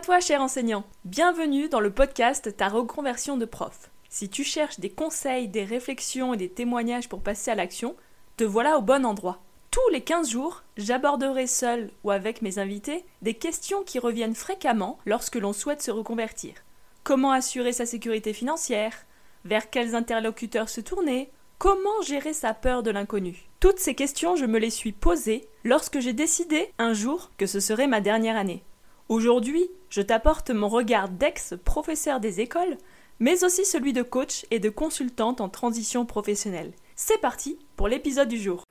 toi, cher enseignant. Bienvenue dans le podcast Ta reconversion de prof. Si tu cherches des conseils, des réflexions et des témoignages pour passer à l'action, te voilà au bon endroit. Tous les 15 jours, j'aborderai seul ou avec mes invités des questions qui reviennent fréquemment lorsque l'on souhaite se reconvertir. Comment assurer sa sécurité financière? Vers quels interlocuteurs se tourner? Comment gérer sa peur de l'inconnu? Toutes ces questions, je me les suis posées lorsque j'ai décidé un jour que ce serait ma dernière année. Aujourd'hui, je t'apporte mon regard d'ex-professeur des écoles, mais aussi celui de coach et de consultante en transition professionnelle. C'est parti pour l'épisode du jour.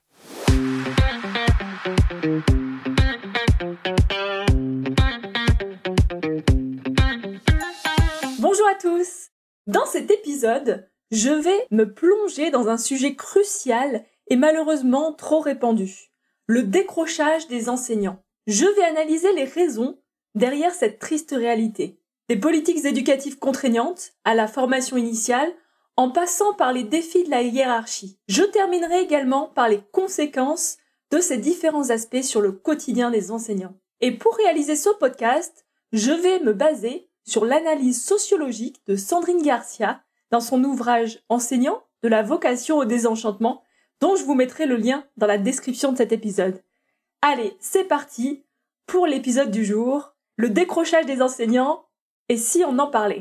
Bonjour à tous! Dans cet épisode, je vais me plonger dans un sujet crucial et malheureusement trop répandu, le décrochage des enseignants. Je vais analyser les raisons derrière cette triste réalité. Des politiques éducatives contraignantes à la formation initiale, en passant par les défis de la hiérarchie. Je terminerai également par les conséquences de ces différents aspects sur le quotidien des enseignants. Et pour réaliser ce podcast, je vais me baser sur l'analyse sociologique de Sandrine Garcia dans son ouvrage « Enseignant, de la vocation au désenchantement », dont je vous mettrai le lien dans la description de cet épisode. Allez, c'est parti pour l'épisode du jour. Le décrochage des enseignants, et si on en parlait?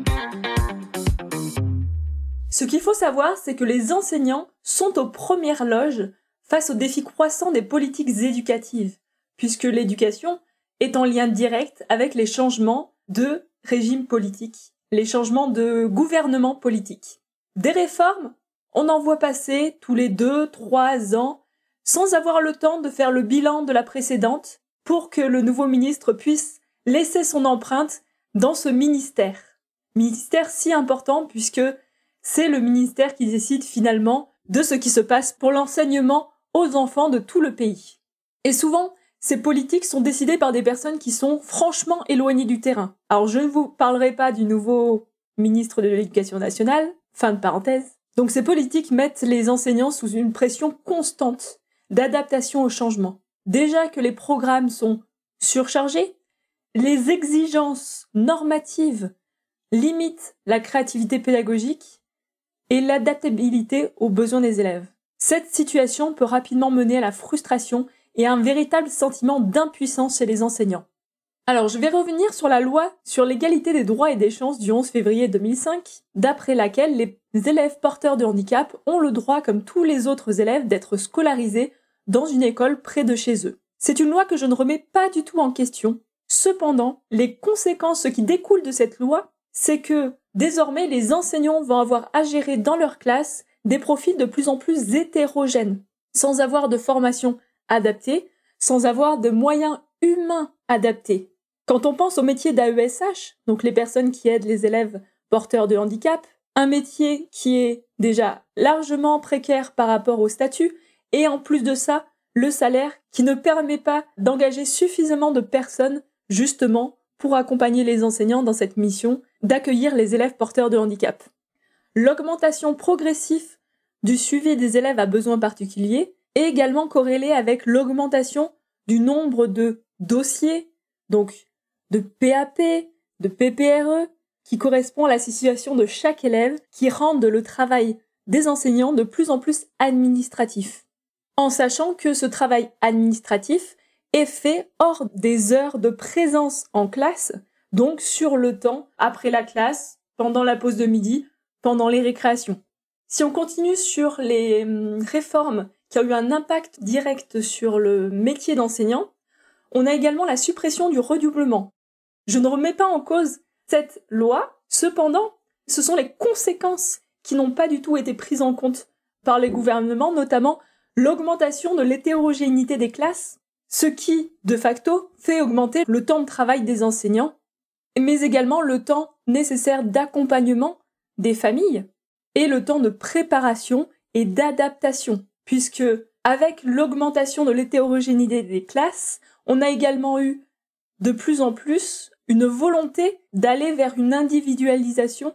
Ce qu'il faut savoir, c'est que les enseignants sont aux premières loges face aux défis croissants des politiques éducatives, puisque l'éducation est en lien direct avec les changements de régime politique, les changements de gouvernement politique. Des réformes, on en voit passer tous les 2-3 ans, sans avoir le temps de faire le bilan de la précédente, pour que le nouveau ministre puisse laisser son empreinte dans ce ministère. Ministère si important puisque c'est le ministère qui décide finalement de ce qui se passe pour l'enseignement aux enfants de tout le pays. Et souvent, ces politiques sont décidées par des personnes qui sont franchement éloignées du terrain. Alors je ne vous parlerai pas du nouveau ministre de l'Éducation nationale, fin de parenthèse. Donc ces politiques mettent les enseignants sous une pression constante d'adaptation au changement. Déjà que les programmes sont surchargés, les exigences normatives limitent la créativité pédagogique et l'adaptabilité aux besoins des élèves. Cette situation peut rapidement mener à la frustration et à un véritable sentiment d'impuissance chez les enseignants. Alors, je vais revenir sur la loi sur l'égalité des droits et des chances du 11 février 2005, d'après laquelle les élèves porteurs de handicap ont le droit, comme tous les autres élèves, d'être scolarisés dans une école près de chez eux. C'est une loi que je ne remets pas du tout en question. Cependant, les conséquences qui découlent de cette loi, c'est que désormais les enseignants vont avoir à gérer dans leur classe des profils de plus en plus hétérogènes, sans avoir de formation adaptée, sans avoir de moyens humains adaptés. Quand on pense au métier d'AESH, donc les personnes qui aident les élèves porteurs de handicap, un métier qui est déjà largement précaire par rapport au statut, et en plus de ça, le salaire qui ne permet pas d'engager suffisamment de personnes justement pour accompagner les enseignants dans cette mission d'accueillir les élèves porteurs de handicap. L'augmentation progressive du suivi des élèves à besoins particuliers est également corrélée avec l'augmentation du nombre de dossiers, donc de PAP, de PPRE, qui correspond à la situation de chaque élève, qui rendent le travail des enseignants de plus en plus administratif. En sachant que ce travail administratif est fait hors des heures de présence en classe, donc sur le temps après la classe, pendant la pause de midi, pendant les récréations. Si on continue sur les réformes qui ont eu un impact direct sur le métier d'enseignant, on a également la suppression du redoublement. Je ne remets pas en cause cette loi, cependant, ce sont les conséquences qui n'ont pas du tout été prises en compte par les gouvernements, notamment l'augmentation de l'hétérogénéité des classes, ce qui, de facto, fait augmenter le temps de travail des enseignants, mais également le temps nécessaire d'accompagnement des familles et le temps de préparation et d'adaptation, puisque avec l'augmentation de l'hétérogénéité des classes, on a également eu de plus en plus une volonté d'aller vers une individualisation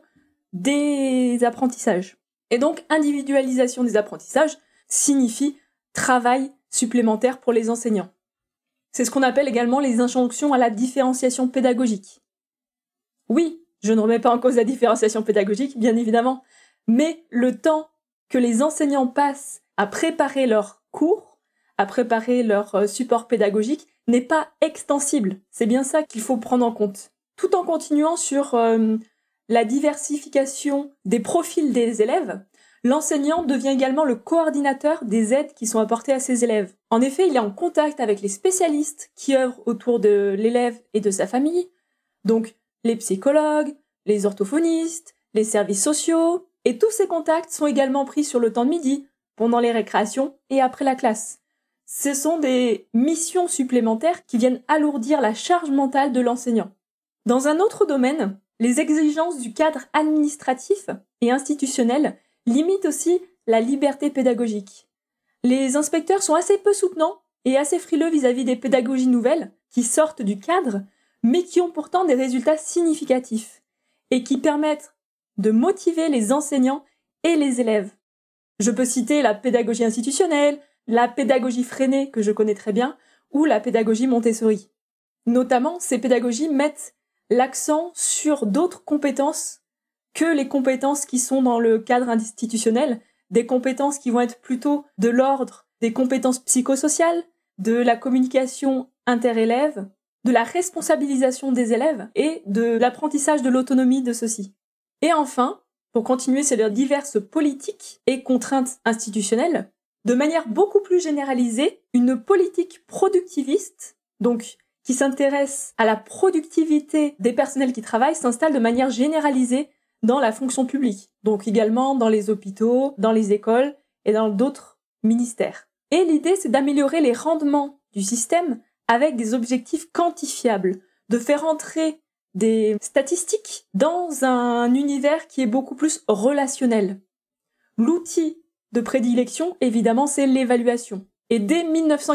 des apprentissages. Et donc, individualisation des apprentissages signifie travail supplémentaire pour les enseignants. C'est ce qu'on appelle également les injonctions à la différenciation pédagogique. Oui, je ne remets pas en cause la différenciation pédagogique, bien évidemment, mais le temps que les enseignants passent à préparer leurs cours, à préparer leur support pédagogique, n'est pas extensible. C'est bien ça qu'il faut prendre en compte. Tout en continuant sur la diversification des profils des élèves, l'enseignant devient également le coordinateur des aides qui sont apportées à ses élèves. En effet, il est en contact avec les spécialistes qui œuvrent autour de l'élève et de sa famille, donc les psychologues, les orthophonistes, les services sociaux, et tous ces contacts sont également pris sur le temps de midi, pendant les récréations et après la classe. Ce sont des missions supplémentaires qui viennent alourdir la charge mentale de l'enseignant. Dans un autre domaine, les exigences du cadre administratif et institutionnel limitent aussi la liberté pédagogique. Les inspecteurs sont assez peu soutenants et assez frileux vis-à-vis des pédagogies nouvelles qui sortent du cadre, mais qui ont pourtant des résultats significatifs et qui permettent de motiver les enseignants et les élèves. Je peux citer la pédagogie institutionnelle, la pédagogie freinée que je connais très bien, ou la pédagogie Montessori. Notamment, ces pédagogies mettent l'accent sur d'autres compétences que les compétences qui sont dans le cadre institutionnel, des compétences qui vont être plutôt de l'ordre des compétences psychosociales, de la communication interélèves, de la responsabilisation des élèves et de l'apprentissage de l'autonomie de ceux-ci. Et enfin, pour continuer sur les diverses politiques et contraintes institutionnelles, de manière beaucoup plus généralisée, une politique productiviste, donc qui s'intéresse à la productivité des personnels qui travaillent, s'installe de manière généralisée dans la fonction publique, donc également dans les hôpitaux, dans les écoles et dans d'autres ministères. Et l'idée, c'est d'améliorer les rendements du système avec des objectifs quantifiables, de faire entrer des statistiques dans un univers qui est beaucoup plus relationnel. L'outil de prédilection, évidemment, c'est l'évaluation. Et dès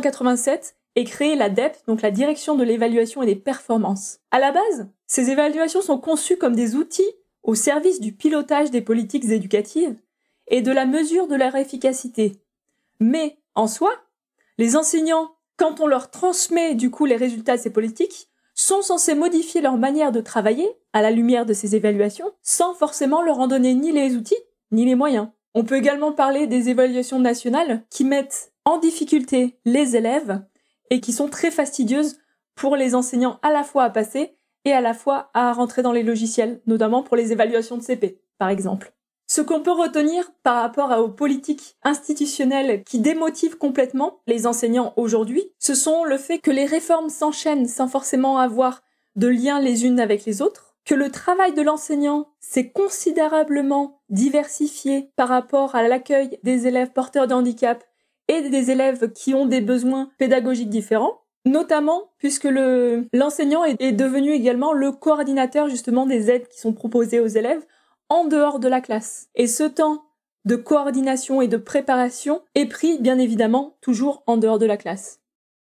1987 est créée la DEP, donc la Direction de l'évaluation et des performances. À la base, ces évaluations sont conçues comme des outils au service du pilotage des politiques éducatives et de la mesure de leur efficacité. Mais, en soi, les enseignants, quand on leur transmet du coup les résultats de ces politiques, sont censés modifier leur manière de travailler à la lumière de ces évaluations, sans forcément leur en donner ni les outils, ni les moyens. On peut également parler des évaluations nationales qui mettent en difficulté les élèves et qui sont très fastidieuses pour les enseignants à la fois à passer et à la fois à rentrer dans les logiciels, notamment pour les évaluations de CP, par exemple. Ce qu'on peut retenir par rapport aux politiques institutionnelles qui démotivent complètement les enseignants aujourd'hui, ce sont le fait que les réformes s'enchaînent sans forcément avoir de lien les unes avec les autres, que le travail de l'enseignant s'est considérablement diversifié par rapport à l'accueil des élèves porteurs de handicap et des élèves qui ont des besoins pédagogiques différents, notamment puisque l'enseignant est devenu également le coordinateur justement des aides qui sont proposées aux élèves en dehors de la classe. Et ce temps de coordination et de préparation est pris, bien évidemment, toujours en dehors de la classe.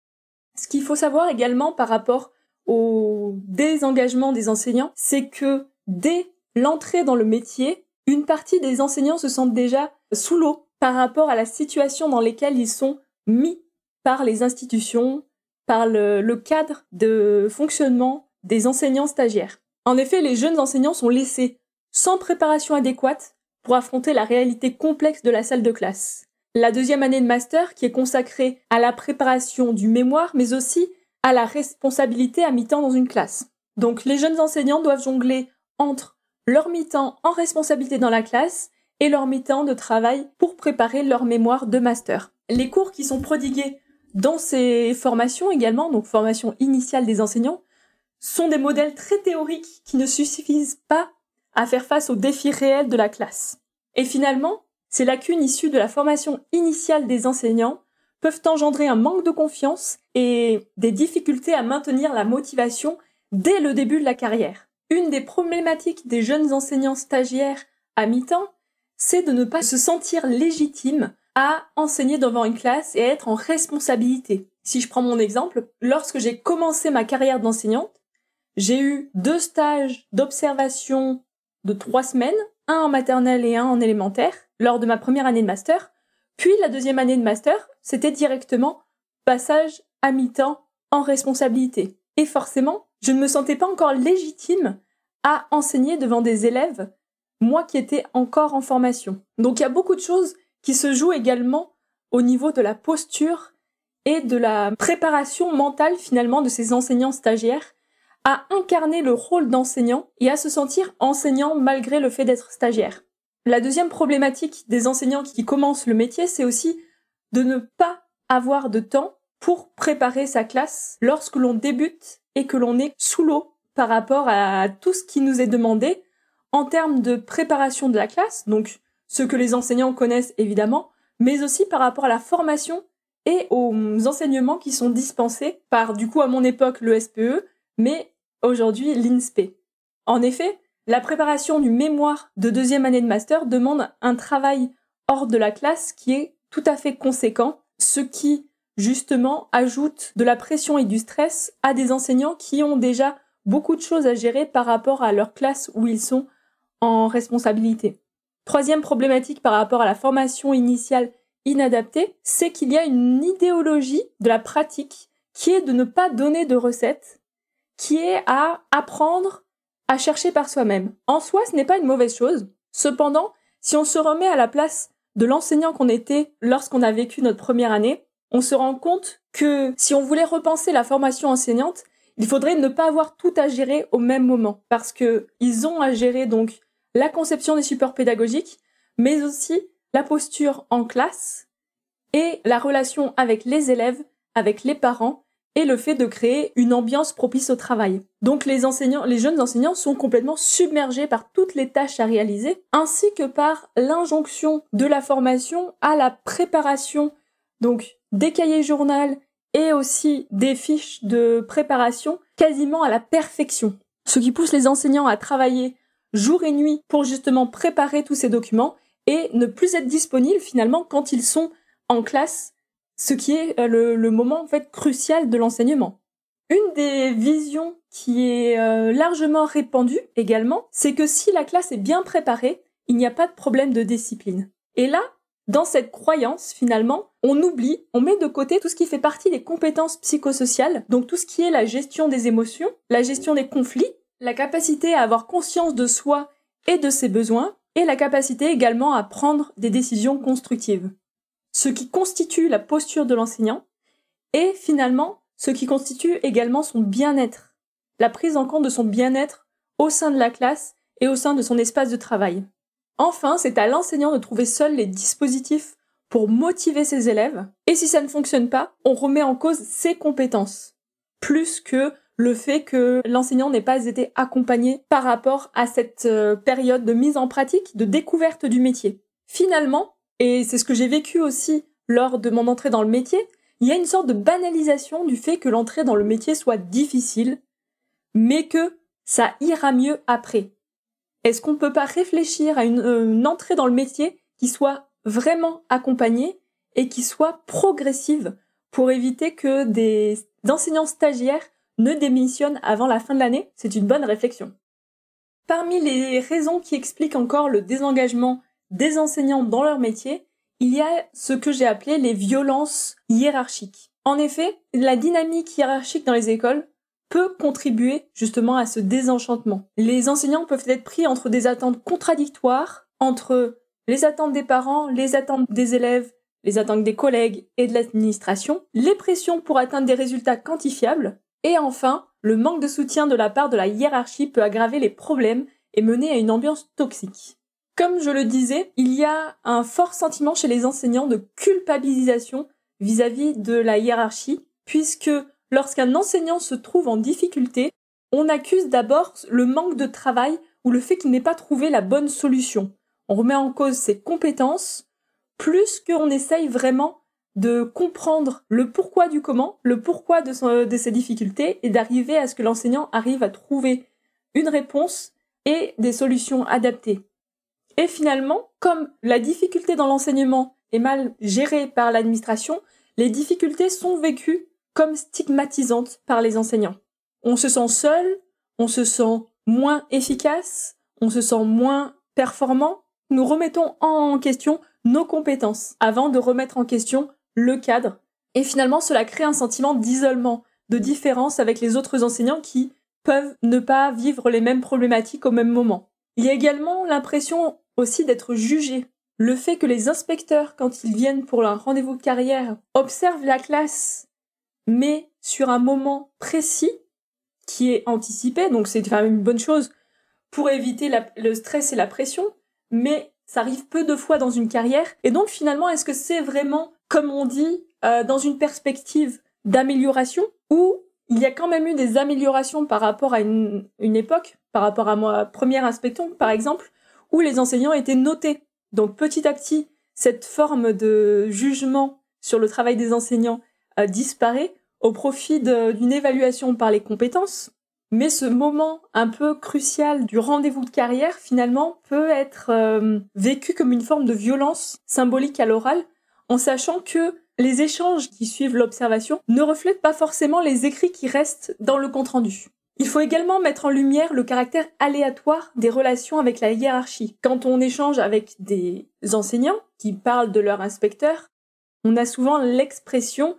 Ce qu'il faut savoir également par rapport au désengagement des enseignants, c'est que dès l'entrée dans le métier, une partie des enseignants se sentent déjà sous l'eau par rapport à la situation dans laquelle ils sont mis par les institutions, par le cadre de fonctionnement des enseignants stagiaires. En effet, les jeunes enseignants sont laissés sans préparation adéquate pour affronter la réalité complexe de la salle de classe. La deuxième année de master qui est consacrée à la préparation du mémoire, mais aussi à la responsabilité à mi-temps dans une classe. Donc les jeunes enseignants doivent jongler entre leur mi-temps en responsabilité dans la classe et leur mi-temps de travail pour préparer leur mémoire de master. Les cours qui sont prodigués dans ces formations également, donc formation initiale des enseignants, sont des modèles très théoriques qui ne suffisent pas à faire face aux défis réels de la classe. Et finalement, ces lacunes issues de la formation initiale des enseignants peuvent engendrer un manque de confiance et des difficultés à maintenir la motivation dès le début de la carrière. Une des problématiques des jeunes enseignants stagiaires à mi-temps, c'est de ne pas se sentir légitime à enseigner devant une classe et à être en responsabilité. Si je prends mon exemple, lorsque j'ai commencé ma carrière d'enseignante, j'ai eu 2 stages d'observation de 3 semaines, un en maternelle et un en élémentaire, lors de ma première année de master. Puis la deuxième année de master, c'était directement passage à mi-temps en responsabilité. Et forcément, je ne me sentais pas encore légitime à enseigner devant des élèves, moi qui étais encore en formation. Donc il y a beaucoup de choses qui se jouent également au niveau de la posture et de la préparation mentale finalement de ces enseignants stagiaires à incarner le rôle d'enseignant et à se sentir enseignant malgré le fait d'être stagiaire. La deuxième problématique des enseignants qui commencent le métier, c'est aussi de ne pas avoir de temps pour préparer sa classe lorsque l'on débute et que l'on est sous l'eau par rapport à tout ce qui nous est demandé en termes de préparation de la classe, donc ce que les enseignants connaissent évidemment, mais aussi par rapport à la formation et aux enseignements qui sont dispensés par, du coup, à mon époque, le SPE, mais aujourd'hui, l'INSPE. En effet, la préparation du mémoire de deuxième année de master demande un travail hors de la classe qui est tout à fait conséquent, ce qui, justement, ajoute de la pression et du stress à des enseignants qui ont déjà beaucoup de choses à gérer par rapport à leur classe où ils sont en responsabilité. Troisième problématique par rapport à la formation initiale inadaptée, c'est qu'il y a une idéologie de la pratique qui est de ne pas donner de recettes, qui est à apprendre à chercher par soi-même. En soi, ce n'est pas une mauvaise chose. Cependant, si on se remet à la place de l'enseignant qu'on était lorsqu'on a vécu notre première année, on se rend compte que si on voulait repenser la formation enseignante, il faudrait ne pas avoir tout à gérer au même moment, parce que ils ont à gérer donc la conception des supports pédagogiques, mais aussi la posture en classe et la relation avec les élèves, avec les parents et le fait de créer une ambiance propice au travail. Donc les jeunes enseignants sont complètement submergés par toutes les tâches à réaliser, ainsi que par l'injonction de la formation à la préparation, donc des cahiers journal et aussi des fiches de préparation quasiment à la perfection. Ce qui pousse les enseignants à travailler jour et nuit pour justement préparer tous ces documents et ne plus être disponibles finalement quand ils sont en classe, ce qui est le moment en fait crucial de l'enseignement. Une des visions qui est largement répandue également, c'est que si la classe est bien préparée, il n'y a pas de problème de discipline. Et là, dans cette croyance, finalement, on met de côté tout ce qui fait partie des compétences psychosociales, donc tout ce qui est la gestion des émotions, la gestion des conflits, la capacité à avoir conscience de soi et de ses besoins, et la capacité également à prendre des décisions constructives. Ce qui constitue la posture de l'enseignant, et finalement, ce qui constitue également son bien-être, la prise en compte de son bien-être au sein de la classe et au sein de son espace de travail. Enfin, c'est à l'enseignant de trouver seul les dispositifs pour motiver ses élèves, et si ça ne fonctionne pas, on remet en cause ses compétences, plus que le fait que l'enseignant n'ait pas été accompagné par rapport à cette période de mise en pratique, de découverte du métier. Finalement, et c'est ce que j'ai vécu aussi lors de mon entrée dans le métier, il y a une sorte de banalisation du fait que l'entrée dans le métier soit difficile, mais que ça ira mieux après. Est-ce qu'on ne peut pas réfléchir à une entrée dans le métier qui soit vraiment accompagnée et qui soit progressive pour éviter que des enseignants stagiaires ne démissionnent avant la fin de l'année? C'est une bonne réflexion. Parmi les raisons qui expliquent encore le désengagement des enseignants dans leur métier, il y a ce que j'ai appelé les violences hiérarchiques. En effet, la dynamique hiérarchique dans les écoles peut contribuer justement à ce désenchantement. Les enseignants peuvent être pris entre des attentes contradictoires, entre les attentes des parents, les attentes des élèves, les attentes des collègues et de l'administration, les pressions pour atteindre des résultats quantifiables, et enfin, le manque de soutien de la part de la hiérarchie peut aggraver les problèmes et mener à une ambiance toxique. Comme je le disais, il y a un fort sentiment chez les enseignants de culpabilisation vis-à-vis de la hiérarchie, puisque lorsqu'un enseignant se trouve en difficulté, on accuse d'abord le manque de travail ou le fait qu'il n'ait pas trouvé la bonne solution. On remet en cause ses compétences, plus qu'on essaye vraiment de comprendre le pourquoi du comment, le pourquoi de ses difficultés, et d'arriver à ce que l'enseignant arrive à trouver une réponse et des solutions adaptées. Et finalement, comme la difficulté dans l'enseignement est mal gérée par l'administration, les difficultés sont vécues comme stigmatisantes par les enseignants. On se sent seul, on se sent moins efficace, on se sent moins performant. Nous remettons en question nos compétences avant de remettre en question le cadre. Et finalement, cela crée un sentiment d'isolement, de différence avec les autres enseignants qui peuvent ne pas vivre les mêmes problématiques au même moment. Il y a également l'impression aussi d'être jugé. Le fait que les inspecteurs, quand ils viennent pour un rendez-vous de carrière, observent la classe, mais sur un moment précis, qui est anticipé, donc c'est quand même une bonne chose pour éviter le stress et la pression, mais ça arrive peu de fois dans une carrière, et donc finalement, est-ce que c'est vraiment, comme on dit, dans une perspective d'amélioration, ou il y a quand même eu des améliorations par rapport à une époque, par rapport à ma première inspection, par exemple, où les enseignants étaient notés. Donc petit à petit, cette forme de jugement sur le travail des enseignants disparaît au profit d'une évaluation par les compétences. Mais ce moment un peu crucial du rendez-vous de carrière, finalement, peut être vécu comme une forme de violence symbolique à l'oral, en sachant que les échanges qui suivent l'observation ne reflètent pas forcément les écrits qui restent dans le compte-rendu. Il faut également mettre en lumière le caractère aléatoire des relations avec la hiérarchie. Quand on échange avec des enseignants qui parlent de leur inspecteur, on a souvent l'expression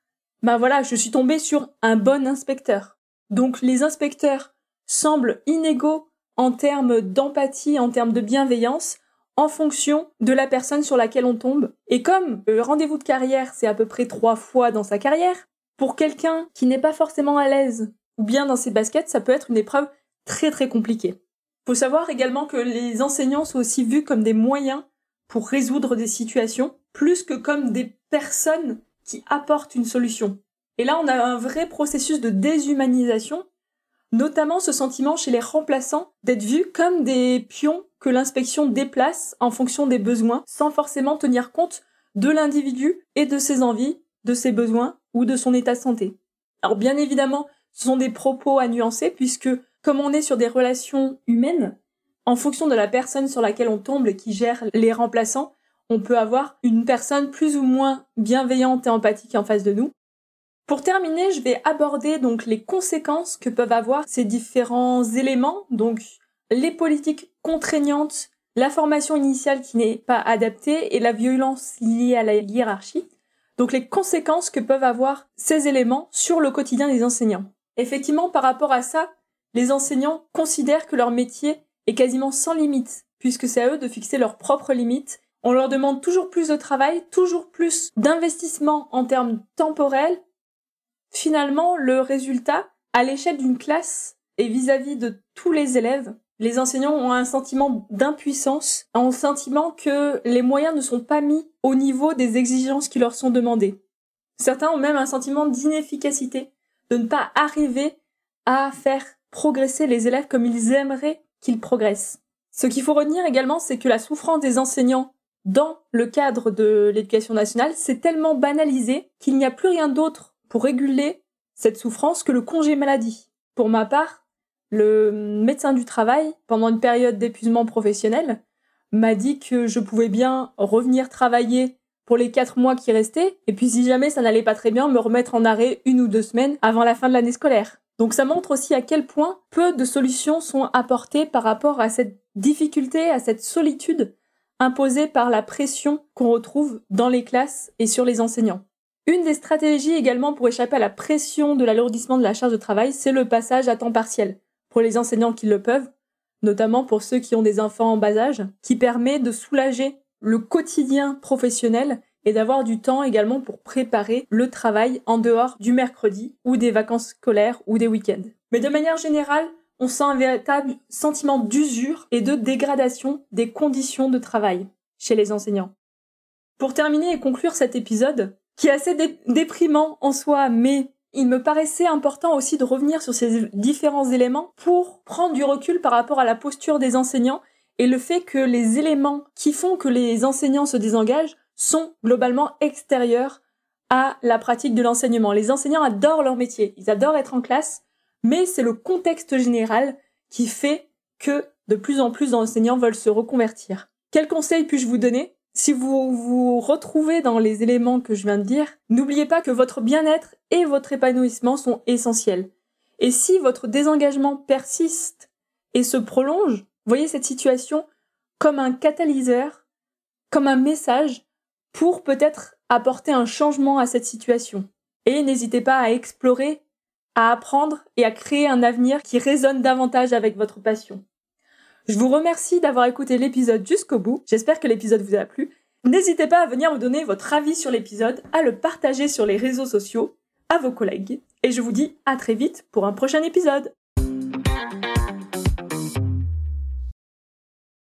« ben voilà, je suis tombée sur un bon inspecteur ». Donc les inspecteurs semblent inégaux en termes d'empathie, en termes de bienveillance, en fonction de la personne sur laquelle on tombe. Et comme le rendez-vous de carrière, c'est à peu près 3 fois dans sa carrière, pour quelqu'un qui n'est pas forcément à l'aise ou bien dans ses baskets, ça peut être une épreuve très très compliquée. Faut savoir également que les enseignants sont aussi vus comme des moyens pour résoudre des situations, plus que comme des personnes qui apportent une solution. Et là, on a un vrai processus de déshumanisation, notamment ce sentiment chez les remplaçants d'être vus comme des pions que l'inspection déplace en fonction des besoins, sans forcément tenir compte de l'individu et de ses envies, de ses besoins ou de son état de santé. Alors bien évidemment, ce sont des propos à nuancer puisque, comme on est sur des relations humaines, en fonction de la personne sur laquelle on tombe et qui gère les remplaçants, on peut avoir une personne plus ou moins bienveillante et empathique en face de nous. Pour terminer, je vais aborder donc les conséquences que peuvent avoir ces différents éléments, donc les politiques contraignantes, la formation initiale qui n'est pas adaptée et la violence liée à la hiérarchie. Donc les conséquences que peuvent avoir ces éléments sur le quotidien des enseignants. Effectivement, par rapport à ça, les enseignants considèrent que leur métier est quasiment sans limite, puisque c'est à eux de fixer leurs propres limites. On leur demande toujours plus de travail, toujours plus d'investissement en termes temporels. Finalement, le résultat, à l'échelle d'une classe et vis-à-vis de tous les élèves, les enseignants ont un sentiment d'impuissance, un sentiment que les moyens ne sont pas mis au niveau des exigences qui leur sont demandées. Certains ont même un sentiment d'inefficacité, de ne pas arriver à faire progresser les élèves comme ils aimeraient qu'ils progressent. Ce qu'il faut retenir également, c'est que la souffrance des enseignants dans le cadre de l'éducation nationale, c'est tellement banalisé qu'il n'y a plus rien d'autre pour réguler cette souffrance que le congé maladie. Pour ma part, le médecin du travail, pendant une période d'épuisement professionnel, m'a dit que je pouvais bien revenir travailler pour les 4 mois qui restaient, et puis si jamais ça n'allait pas très bien, me remettre en arrêt 1 ou 2 semaines avant la fin de l'année scolaire. Donc ça montre aussi à quel point peu de solutions sont apportées par rapport à cette difficulté, à cette solitude imposée par la pression qu'on retrouve dans les classes et sur les enseignants. Une des stratégies également pour échapper à la pression de l'alourdissement de la charge de travail, c'est le passage à temps partiel, pour les enseignants qui le peuvent, notamment pour ceux qui ont des enfants en bas âge, qui permet de soulager le quotidien professionnel et d'avoir du temps également pour préparer le travail en dehors du mercredi ou des vacances scolaires ou des week-ends. Mais de manière générale, on sent un véritable sentiment d'usure et de dégradation des conditions de travail chez les enseignants. Pour terminer et conclure cet épisode, qui est assez déprimant en soi, mais il me paraissait important aussi de revenir sur ces différents éléments pour prendre du recul par rapport à la posture des enseignants et le fait que les éléments qui font que les enseignants se désengagent sont globalement extérieurs à la pratique de l'enseignement. Les enseignants adorent leur métier, ils adorent être en classe, mais c'est le contexte général qui fait que de plus en plus d'enseignants veulent se reconvertir. Quels conseils puis-je vous donner ? Si vous vous retrouvez dans les éléments que je viens de dire, n'oubliez pas que votre bien-être et votre épanouissement sont essentiels. Et si votre désengagement persiste et se prolonge, voyez cette situation comme un catalyseur, comme un message pour peut-être apporter un changement à cette situation. Et n'hésitez pas à explorer à apprendre et à créer un avenir qui résonne davantage avec votre passion. Je vous remercie d'avoir écouté l'épisode jusqu'au bout, j'espère que l'épisode vous a plu. N'hésitez pas à venir me donner votre avis sur l'épisode, à le partager sur les réseaux sociaux, à vos collègues, et je vous dis à très vite pour un prochain épisode.